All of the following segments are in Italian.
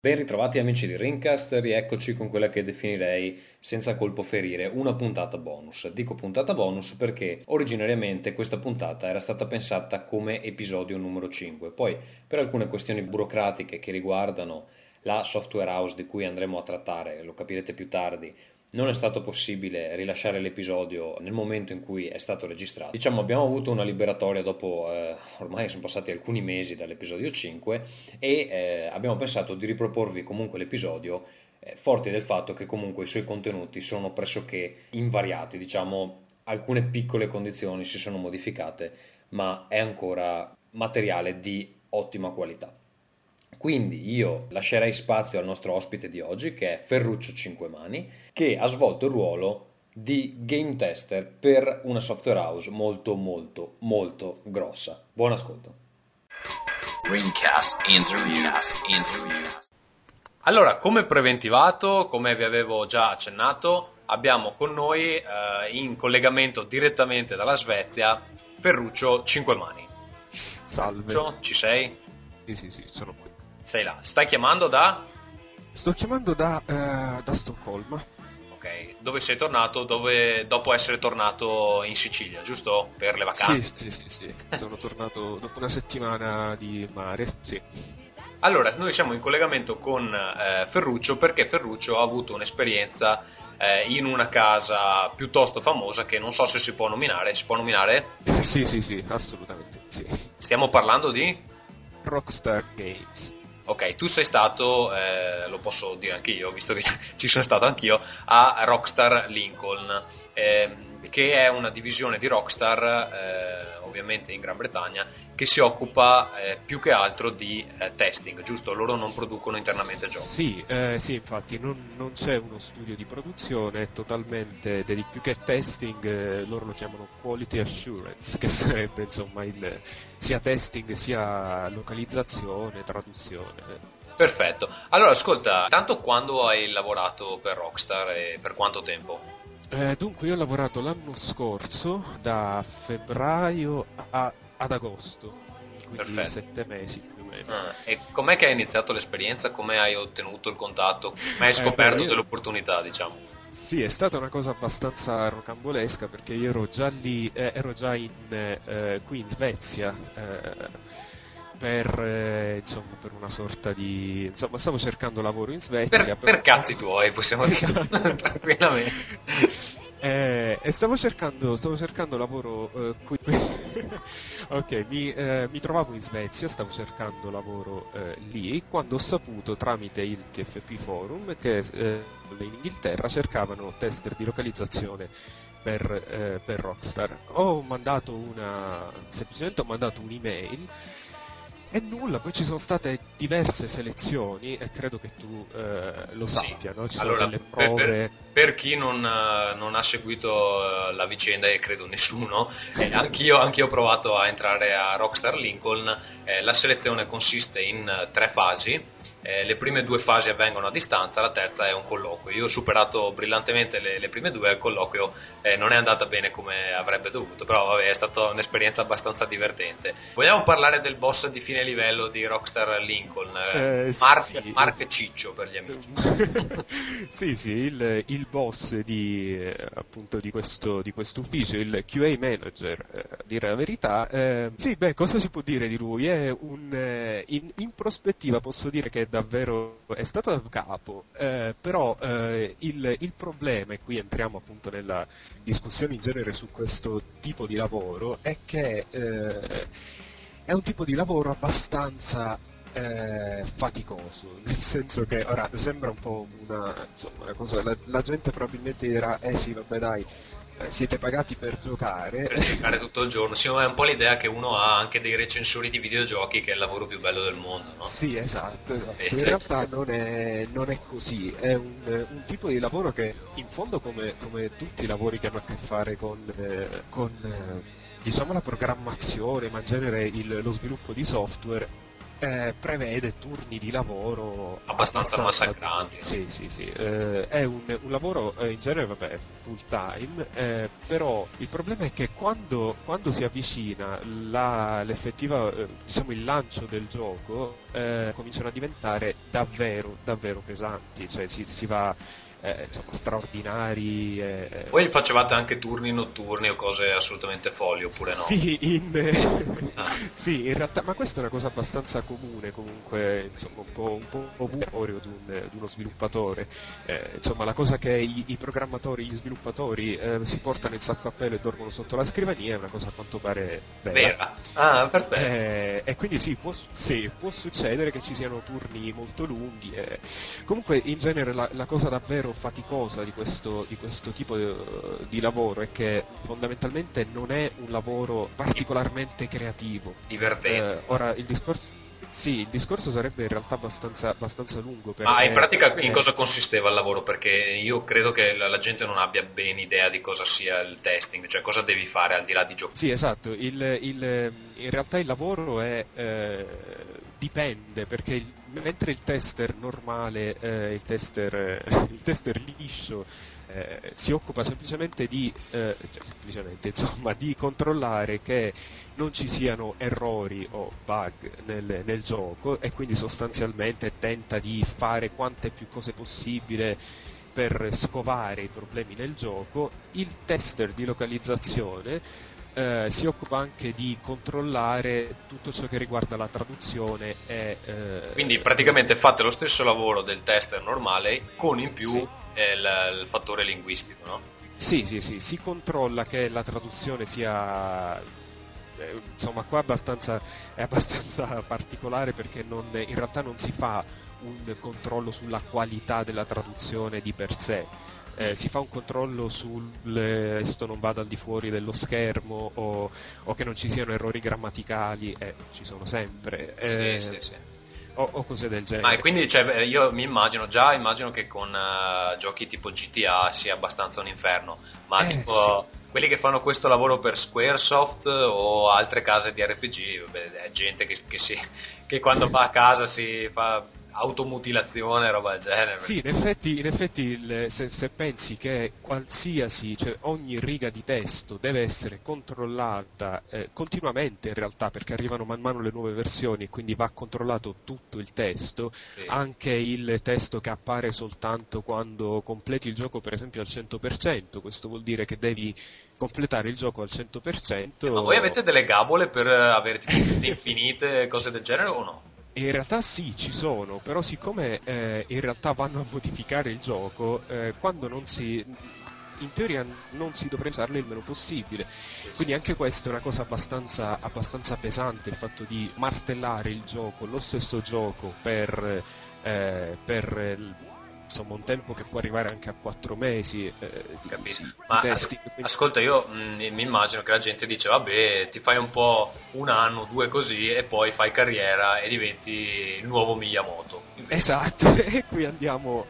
Ben ritrovati amici di Rincast, rieccoci con quella che definirei senza colpo ferire una puntata bonus. Dico puntata bonus perché originariamente questa puntata era stata pensata come episodio numero 5, poi per alcune questioni burocratiche che riguardano la software house di cui andremo a trattare, lo capirete più tardi, non è stato possibile rilasciare l'episodio nel momento in cui è stato registrato. Diciamo, abbiamo avuto una liberatoria dopo, ormai sono passati alcuni mesi dall'episodio 5 e abbiamo pensato di riproporvi comunque l'episodio forti del fatto che comunque i suoi contenuti sono pressoché invariati, diciamo, alcune piccole condizioni si sono modificate, ma è ancora materiale di ottima qualità. Quindi io lascerei spazio al nostro ospite di oggi, che è Ferruccio Cinquemani, che ha svolto il ruolo di game tester per una software house molto molto molto grossa. Buon ascolto. Ringcast interview. Allora, come preventivato, come vi avevo già accennato, abbiamo con noi in collegamento direttamente dalla Svezia Ferruccio Cinquemani. Salve. Ferruccio, ci sei? Sì, sono qui. Sei là. Stai chiamando da? Sto chiamando da Stoccolma. Ok, dove sei tornato? Dopo essere tornato in Sicilia, giusto? Per le vacanze? Sì. Sono tornato dopo una settimana di mare, sì. Allora, noi siamo in collegamento con Ferruccio perché Ferruccio ha avuto un'esperienza in una casa piuttosto famosa che non so se si può nominare. Si può nominare? Sì, assolutamente, sì. Stiamo parlando di? Rockstar Games. Ok, tu sei stato, lo posso dire anch'io, visto che ci sono stato anch'io, a Rockstar Lincoln, che è una divisione di Rockstar, ovviamente in Gran Bretagna, che si occupa più che altro di testing, giusto? Loro non producono internamente giochi. Sì, infatti non c'è uno studio di produzione, è totalmente più che testing, loro lo chiamano quality assurance, che sarebbe insomma sia testing sia localizzazione, traduzione. Perfetto. Allora, ascolta, tanto quando hai lavorato per Rockstar e per quanto tempo? Dunque, io ho lavorato l'anno scorso, da febbraio ad agosto, quindi Perfetto. 7 mesi più o meno. E com'è che hai iniziato l'esperienza? Come hai ottenuto il contatto? Come hai scoperto dell'opportunità, diciamo? Sì, è stata una cosa abbastanza rocambolesca perché io ero già lì, ero già qui in Svezia insomma, per una sorta di... Insomma, stavo cercando lavoro in Svezia. Per cazzi tuoi, possiamo dire tranquillamente. E stavo cercando lavoro qui. Ok, mi trovavo in Svezia, stavo cercando lavoro lì, quando ho saputo tramite il TFP Forum che in Inghilterra cercavano tester di localizzazione per Rockstar. Semplicemente ho mandato un'email e nulla, poi ci sono state diverse selezioni e credo che tu lo sappia, no? Ci sono delle prove. Per chi non ha seguito la vicenda, e credo nessuno, anch'io ho provato a entrare a Rockstar Lincoln. La selezione consiste in 3 fasi. Le prime 2 fasi avvengono a distanza, la terza è un colloquio. Io ho superato brillantemente le prime 2, il colloquio non è andata bene come avrebbe dovuto, però vabbè, è stata un'esperienza abbastanza divertente. Vogliamo parlare del boss di fine livello di Rockstar Lincoln? Mark Ciccio per gli amici. Sì, il boss appunto di questo ufficio, il QA manager, a dire la verità. Sì, beh, cosa si può dire di lui? In prospettiva posso dire che è stato da capo, però il problema, e qui entriamo appunto nella discussione in genere su questo tipo di lavoro, è che è un tipo di lavoro abbastanza faticoso, nel senso che ora sembra un po' una cosa, la gente probabilmente dirà sì vabbè dai, siete pagati per giocare. Per giocare tutto il giorno, sì, ma è un po' l'idea che uno ha anche dei recensori di videogiochi, che è il lavoro più bello del mondo, no? Sì, esatto. In Sì. realtà non è così, è un tipo di lavoro che in fondo come tutti i lavori che hanno a che fare con diciamo la programmazione, ma in genere lo sviluppo di software, prevede turni di lavoro Abbastanza massacranti. Sì, sì, sì. È un lavoro in genere, vabbè, full time, però il problema è che quando si avvicina l'effettiva, diciamo, il lancio del gioco, cominciano a diventare davvero, davvero pesanti, cioè si va, insomma, straordinari. Voi facevate anche turni notturni o cose assolutamente folli, oppure no? Sì, Ah, sì, in realtà, ma questa è una cosa abbastanza comune comunque, insomma, un po' obbligatorio di uno sviluppatore. Insomma, la cosa che i programmatori, gli sviluppatori si portano il sacco a pelo e dormono sotto la scrivania è una cosa a quanto pare vera. vera. Ah, perfetto. E quindi sì, può succedere che ci siano turni molto lunghi. Comunque, in genere, la cosa davvero faticosa di questo tipo di lavoro è che fondamentalmente non è un lavoro particolarmente creativo. Divertente. Ora, il discorso sarebbe in realtà abbastanza lungo Ma in perché pratica in cosa consisteva il lavoro? Perché io credo che la gente non abbia ben idea di cosa sia il testing, cioè cosa devi fare al di là di giocare. sì, esatto, in realtà il lavoro dipende perché mentre il tester normale, il tester liscio, si occupa semplicemente insomma, di controllare che non ci siano errori o bug nel gioco e quindi sostanzialmente tenta di fare quante più cose possibile per scovare i problemi nel gioco. Il tester di localizzazione si occupa anche di controllare tutto ciò che riguarda la traduzione e Quindi praticamente fate lo stesso lavoro del tester normale con in più sì. il fattore linguistico, no? Sì, sì, sì, si controlla che la traduzione sia, insomma, qua è abbastanza particolare perché in realtà non si fa un controllo sulla qualità della traduzione di per sé. Si fa un controllo sul questo non vada al di fuori dello schermo o che non ci siano errori grammaticali, ci sono sempre, Sì, sì, sì. o cose del Ma e genere. quindi cioè, io immagino che con giochi tipo GTA sia abbastanza un inferno, ma Sì. tipo quelli che fanno questo lavoro per Squaresoft o altre case di RPG, vabbè, è gente che quando va a casa si fa automutilazione e roba del genere. Sì, in effetti se pensi che cioè ogni riga di testo deve essere controllata continuamente in realtà perché arrivano man mano le nuove versioni e quindi va controllato tutto il testo, Sì, sì. anche il testo che appare soltanto quando completi il gioco per esempio al 100%, questo vuol dire che devi completare il gioco al Ma voi 100%. avete delle gabole per avere tipo vite infinite, cose del genere o no? In realtà sì, ci sono, però siccome in realtà vanno a modificare il gioco, quando in teoria non si dovrebbe usarle il meno possibile. Sì, sì. Quindi anche questa è una cosa abbastanza pesante, il fatto di martellare il gioco, lo stesso gioco per insomma un tempo che può arrivare anche a 4 mesi Capito. di Ma testing. ascolta, io mi immagino che la gente dice, vabbè, ti fai un po' un anno, due così e poi fai carriera e diventi il nuovo Miyamoto. Invece, Esatto, e qui andiamo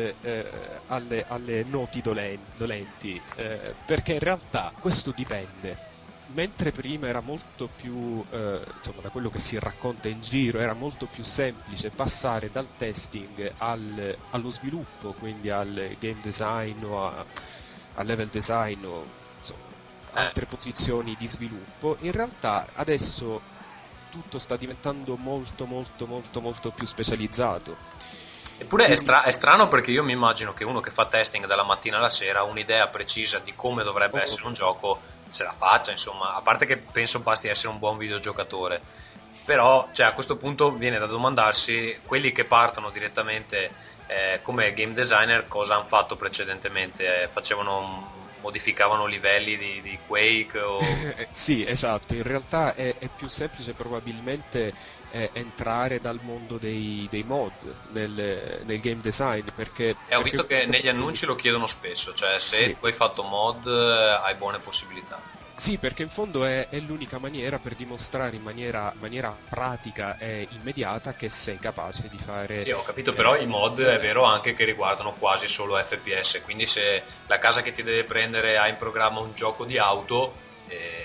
alle noti dolenti, perché in realtà questo dipende. Mentre prima era molto più, insomma, da quello che si racconta in giro, era molto più semplice passare dal testing allo sviluppo, quindi al game design al level design o insomma, eh, altre posizioni di sviluppo, in realtà adesso tutto sta diventando molto molto molto molto più specializzato. eppure Quindi, è strano perché io mi immagino che uno che fa testing dalla mattina alla sera ha un'idea precisa di come dovrebbe oh, essere un gioco, se la faccia, insomma, a parte che penso basti essere un buon videogiocatore. Però, cioè, a questo punto viene da domandarsi, quelli che partono direttamente come game designer cosa hanno fatto precedentemente? Modificavano livelli di Quake o... sì, esatto, in realtà è più semplice probabilmente entrare dal mondo dei mod nel game design Ho perché visto che comunque negli annunci lo chiedono spesso, cioè se sì, tu hai fatto mod hai buone possibilità. sì, perché in fondo è l'unica maniera per dimostrare in maniera pratica e immediata che sei capace di fare. Sì, ho capito, però i mod è vero anche che riguardano quasi solo FPS, quindi se la casa che ti deve prendere ha in programma un gioco di auto, vabbè,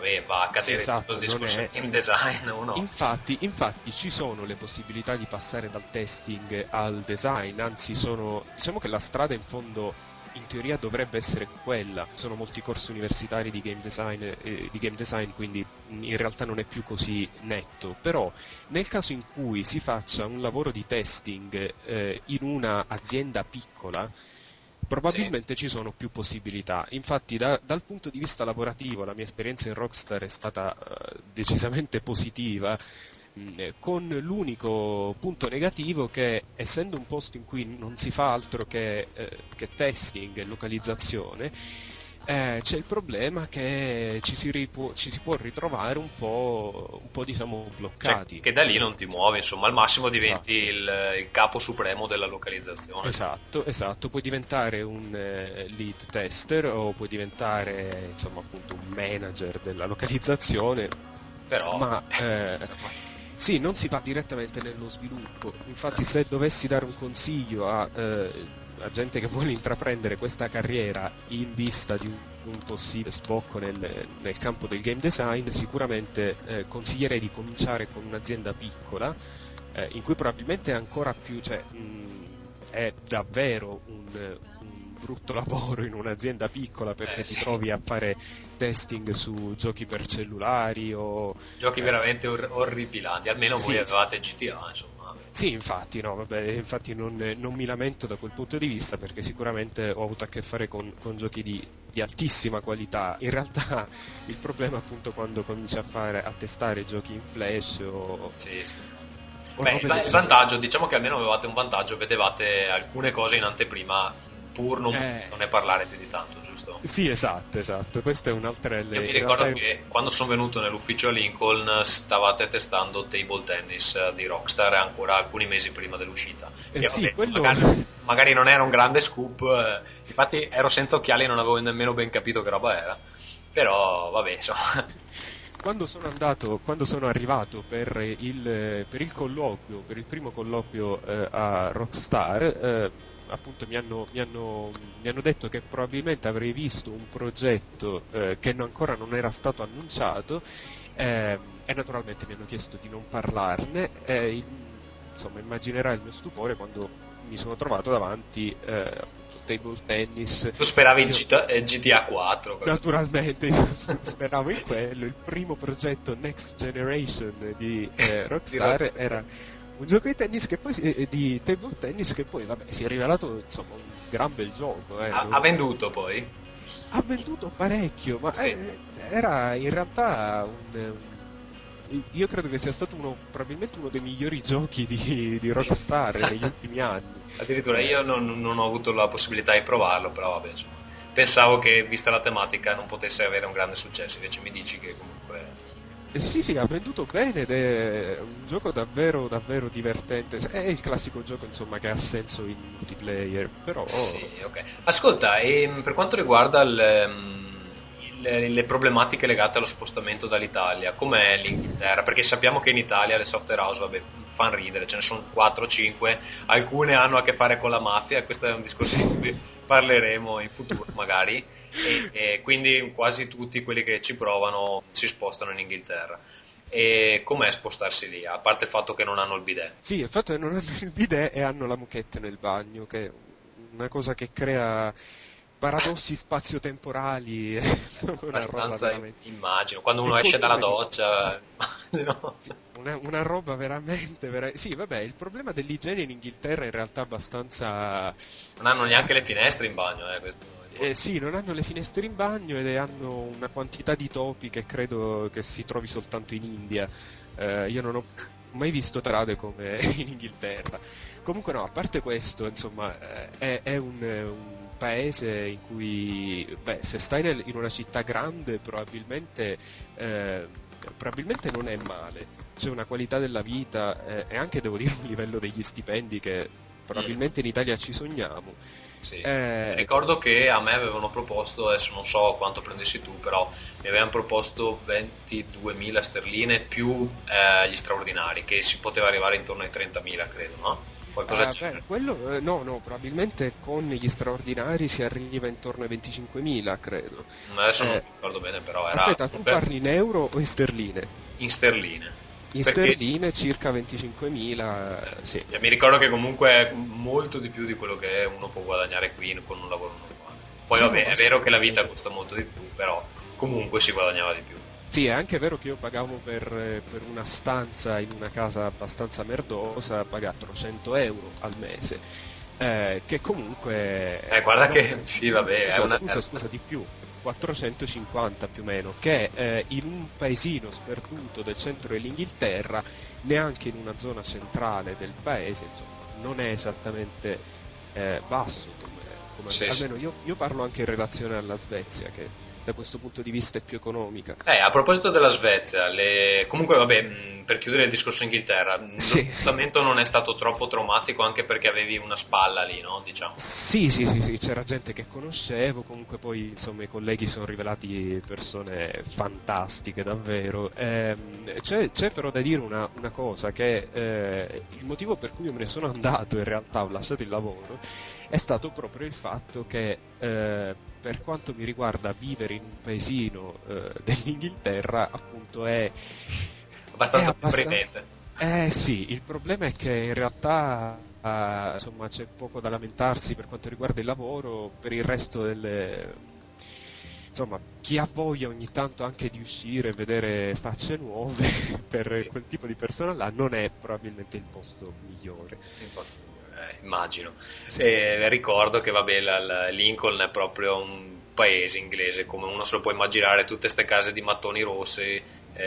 vabbè, va a cadere esatto, tutto il discorso game design o no? Infatti ci sono le possibilità di passare dal testing al design, anzi diciamo che la strada in fondo in teoria dovrebbe essere quella. Sono molti corsi universitari di game design, quindi in realtà non è più così netto. Però nel caso in cui si faccia un lavoro di testing in una azienda piccola, probabilmente ci sono più possibilità. Infatti dal punto di vista lavorativo la mia esperienza in Rockstar è stata decisamente positiva, con l'unico punto negativo che, essendo un posto in cui non si fa altro che testing e localizzazione, c'è il problema che ci si può ritrovare un po' diciamo bloccati. Cioè, che da lì non ti muovi, insomma, al massimo diventi il capo supremo della localizzazione. Esatto, puoi diventare un lead tester o puoi diventare insomma appunto un manager della localizzazione, però ma sì, non si va direttamente nello sviluppo. Infatti, se dovessi dare un consiglio a gente che vuole intraprendere questa carriera in vista di un possibile sbocco nel campo del game design, sicuramente consiglierei di cominciare con un'azienda piccola, in cui probabilmente è ancora più, cioè, è davvero un brutto lavoro in un'azienda piccola, perché ti trovi a fare testing su giochi per cellulari o giochi veramente orripilanti. Almeno voi avevate GTA, insomma. Sì, infatti, no, vabbè, infatti non mi lamento da quel punto di vista, perché sicuramente ho avuto a che fare con giochi di altissima qualità. In realtà il problema è appunto quando cominci a testare giochi in flash o... Sì. Beh, il vantaggio, diciamo che almeno avevate un vantaggio, vedevate alcune cose in anteprima, pur non ne parlare più di tanto, giusto? Sì, esatto, questa è un'altra... Io mi ricordo che quando sono venuto nell'ufficio a Lincoln stavate testando Table Tennis di Rockstar ancora alcuni mesi prima dell'uscita. Sì, quello... magari non era un grande scoop, infatti ero senza occhiali e non avevo nemmeno ben capito che roba era, però vabbè, insomma... Quando sono arrivato per il primo colloquio a Rockstar, appunto mi hanno detto che probabilmente avrei visto un progetto che ancora non era stato annunciato, e naturalmente mi hanno chiesto di non parlarne. Insomma, immaginerai il mio stupore quando mi sono trovato davanti table tennis. Tu speravi in GTA 4? Naturalmente, io speravo in quello. Il primo progetto Next Generation di Rockstar era un gioco di tennis che poi di table tennis che poi vabbè si è rivelato insomma un gran bel gioco. Ha venduto poi? Ha venduto parecchio, ma sì. Era in realtà io credo che sia stato probabilmente uno dei migliori giochi di Rockstar negli ultimi anni. Addirittura io non ho avuto la possibilità di provarlo, però vabbè, insomma, pensavo che vista la tematica non potesse avere un grande successo, invece mi dici che comunque... Sì, ha venduto bene ed è un gioco davvero davvero divertente. È il classico gioco insomma che ha senso in multiplayer, però... Sì, ok. Ascolta, e per quanto riguarda le problematiche legate allo spostamento dall'Italia, com'è l'Inghilterra? Perché sappiamo che in Italia le software house, vabbè, fanno ridere, ce ne sono 4-5, alcune hanno a che fare con la mafia, questo è un discorso di cui parleremo in futuro magari, e quindi quasi tutti quelli che ci provano si spostano in Inghilterra. E com'è spostarsi lì, a parte il fatto che non hanno il bidet? Sì, il fatto che non hanno il bidet e hanno la moquette nel bagno, che è una cosa che crea paradossi spazio-temporali. Abbastanza, immagino, quando uno esce dalla doccia, immagino. Una roba veramente... Sì, vabbè, il problema dell'igiene in Inghilterra è in realtà abbastanza... Non hanno neanche le finestre in bagno, questo. Sì, non hanno le finestre in bagno ed hanno una quantità di topi che credo che si trovi soltanto in India. Io non ho mai visto strade come in Inghilterra. Comunque no, a parte questo, insomma, è un paese in cui, se stai in una città grande probabilmente non è male. C'è una qualità della vita e anche, devo dire, un livello degli stipendi che probabilmente in Italia ci sogniamo. Sì. Ricordo che a me avevano proposto, adesso non so quanto prendessi tu, però mi avevano proposto 22.000 sterline più gli straordinari, che si poteva arrivare intorno ai 30.000, credo, no? qualcosa del genere. Quello no, probabilmente con gli straordinari si arriva intorno ai 25.000, credo. Adesso non mi ricordo bene, però era Aspetta, tu parli in euro o in sterline? in sterline. In Perché sterline circa 25.000, sì. mi ricordo che comunque è molto di più di quello che uno può guadagnare qui con un lavoro normale. Poi Sì, vabbè, no, è vero che la vita assolutamente. costa molto di più, però comunque si guadagnava di più. Sì, è anche vero che io pagavo per una stanza in una casa abbastanza merdosa, pagavo 400 euro al mese, che comunque... Guarda no, che sì, vabbè, è una... scusa, di più, 450 più o meno, che in un paesino sperduto del centro dell'Inghilterra, neanche in una zona centrale del paese, insomma, non è esattamente basso, Sì, sì. almeno io parlo anche in relazione alla Svezia, che da questo punto di vista è più economica. A proposito della Svezia, comunque vabbè, per chiudere il discorso Inghilterra, lo Sì. spostamento non è stato troppo traumatico anche perché avevi una spalla lì, no? Diciamo. Sì, c'era gente che conoscevo, comunque poi insomma i colleghi sono rivelati persone fantastiche davvero. C'è però da dire una cosa, che il motivo per cui io me ne sono andato, in realtà ho lasciato il lavoro, è stato proprio il fatto che per quanto mi riguarda vivere in un paesino dell'Inghilterra appunto è Abbastanza abbastanza... deprimente. Sì, il problema è che in realtà insomma c'è poco da lamentarsi per quanto riguarda il lavoro, per il resto delle... Insomma, chi ha voglia ogni tanto anche di uscire e vedere facce nuove per Sì. quel tipo di persona là non è probabilmente il posto migliore. Immagino. Sì. Ricordo che vabbè, Lincoln è proprio un paese inglese, come uno se lo può immaginare, tutte queste case di mattoni rossi,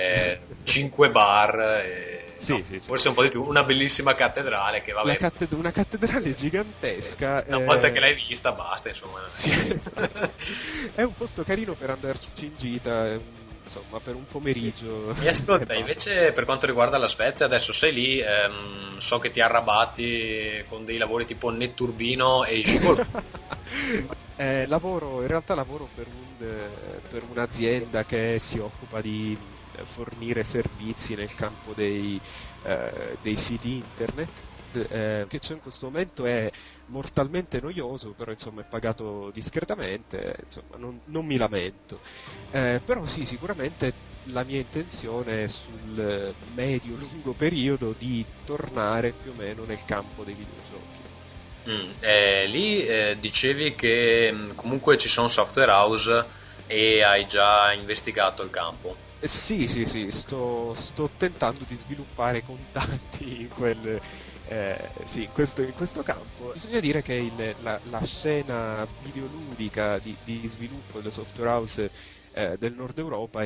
5 bar, no, Sì. forse un po' di più, una bellissima cattedrale che vabbè, Una cattedrale gigantesca. una volta che l'hai vista basta, insomma. Sì, è un posto carino per andarci in gita, insomma, per un pomeriggio. E E ascolta, basta. invece per quanto riguarda la Svezia, adesso sei lì, so che ti arrabatti con dei lavori tipo netturbino e gigolo. In realtà lavoro per un'azienda che si occupa di fornire servizi nel campo dei siti internet. Che c'è in questo momento è mortalmente noioso, però insomma è pagato discretamente, insomma non mi lamento. Però sì, sicuramente la mia intenzione è sul medio-lungo periodo di tornare più o meno nel campo dei videogiochi. Lì dicevi che comunque ci sono software house e hai già investigato il campo. Sì, sto tentando di sviluppare contatti sì, in questo campo. Bisogna dire che la scena videoludica di sviluppo delle software house del Nord Europa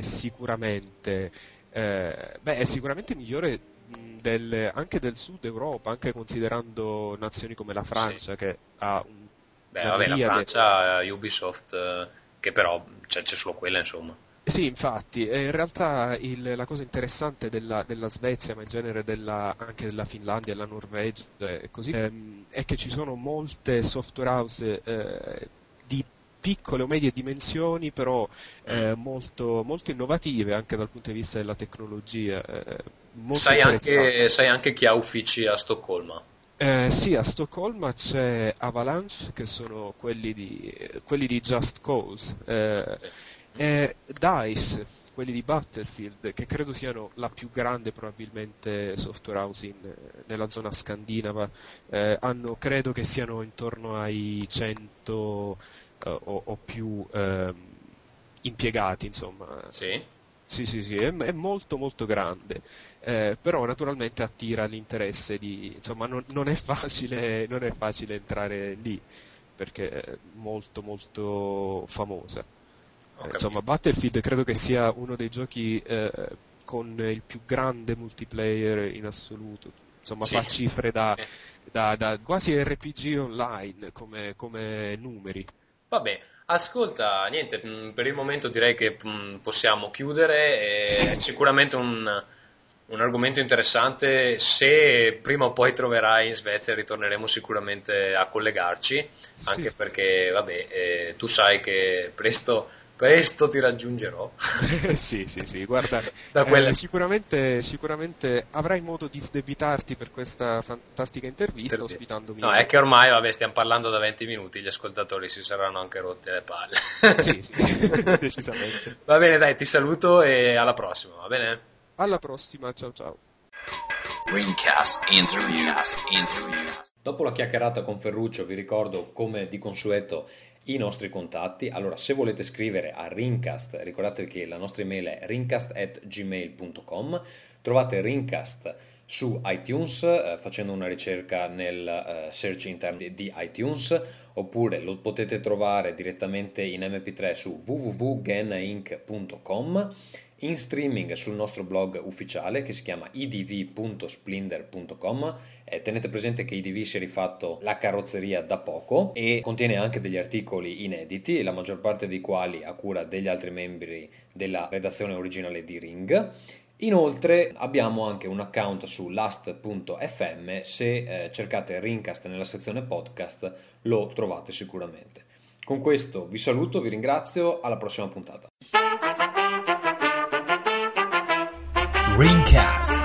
è sicuramente migliore anche del Sud Europa, anche considerando nazioni come la Sì. Francia, che ha Beh, una vabbè, la miriade. Francia, Ubisoft, che però c'è solo quella, insomma. Sì, infatti, in realtà la cosa interessante della Svezia, ma in genere anche della Finlandia, della Norvegia, e così, è che ci sono molte software house di piccole o medie dimensioni, però molto, molto innovative anche dal punto di vista della tecnologia, molto interessanti. Sai anche chi ha uffici a Stoccolma? Sì, a Stoccolma c'è Avalanche, che sono quelli di Just Cause, Sì. e DICE, quelli di Battlefield, che credo siano la più grande probabilmente software house nella zona scandinava. Credo che siano intorno ai 100 o più impiegati, insomma. Sì? Sì, è molto molto grande, però naturalmente attira l'interesse insomma, non è facile entrare lì, perché è molto molto famosa. Ho Insomma, capito. Battlefield credo che sia uno dei giochi con il più grande multiplayer in assoluto, insomma Sì. fa cifre da quasi RPG online come numeri. Vabbè, ascolta, niente, per il momento direi che possiamo chiudere. È sicuramente un argomento interessante. Se prima o poi troverai in Svezia, ritorneremo sicuramente a collegarci, Sì, anche perché, vabbè, tu sai che presto Presto ti raggiungerò. Sì, guarda, Da quelle sicuramente avrai modo di sdebitarti per questa fantastica intervista ospitandomi. No, è che ormai, vabbè, stiamo parlando da 20 minuti, gli ascoltatori si saranno anche rotti le palle. Sì, decisamente. Va bene, dai, ti saluto e alla prossima, va bene? Alla prossima, ciao. Ringcast Interview. Dopo la chiacchierata con Ferruccio vi ricordo, come di consueto, i nostri contatti. Allora, se volete scrivere a Ringcast, ricordatevi che la nostra email è ringcast@gmail.com. Trovate Ringcast su iTunes facendo una ricerca nel search interno di iTunes, oppure lo potete trovare direttamente in MP3 su www.genainc.com, in streaming sul nostro blog ufficiale che si chiama idv.splinder.com. Tenete presente che IDV si è rifatto la carrozzeria da poco e contiene anche degli articoli inediti, la maggior parte dei quali a cura degli altri membri della redazione originale di Ring. Inoltre abbiamo anche un account su last.fm, se cercate Ringcast nella sezione podcast lo trovate sicuramente. Con questo vi saluto, vi ringrazio, alla prossima puntata. Ringcast.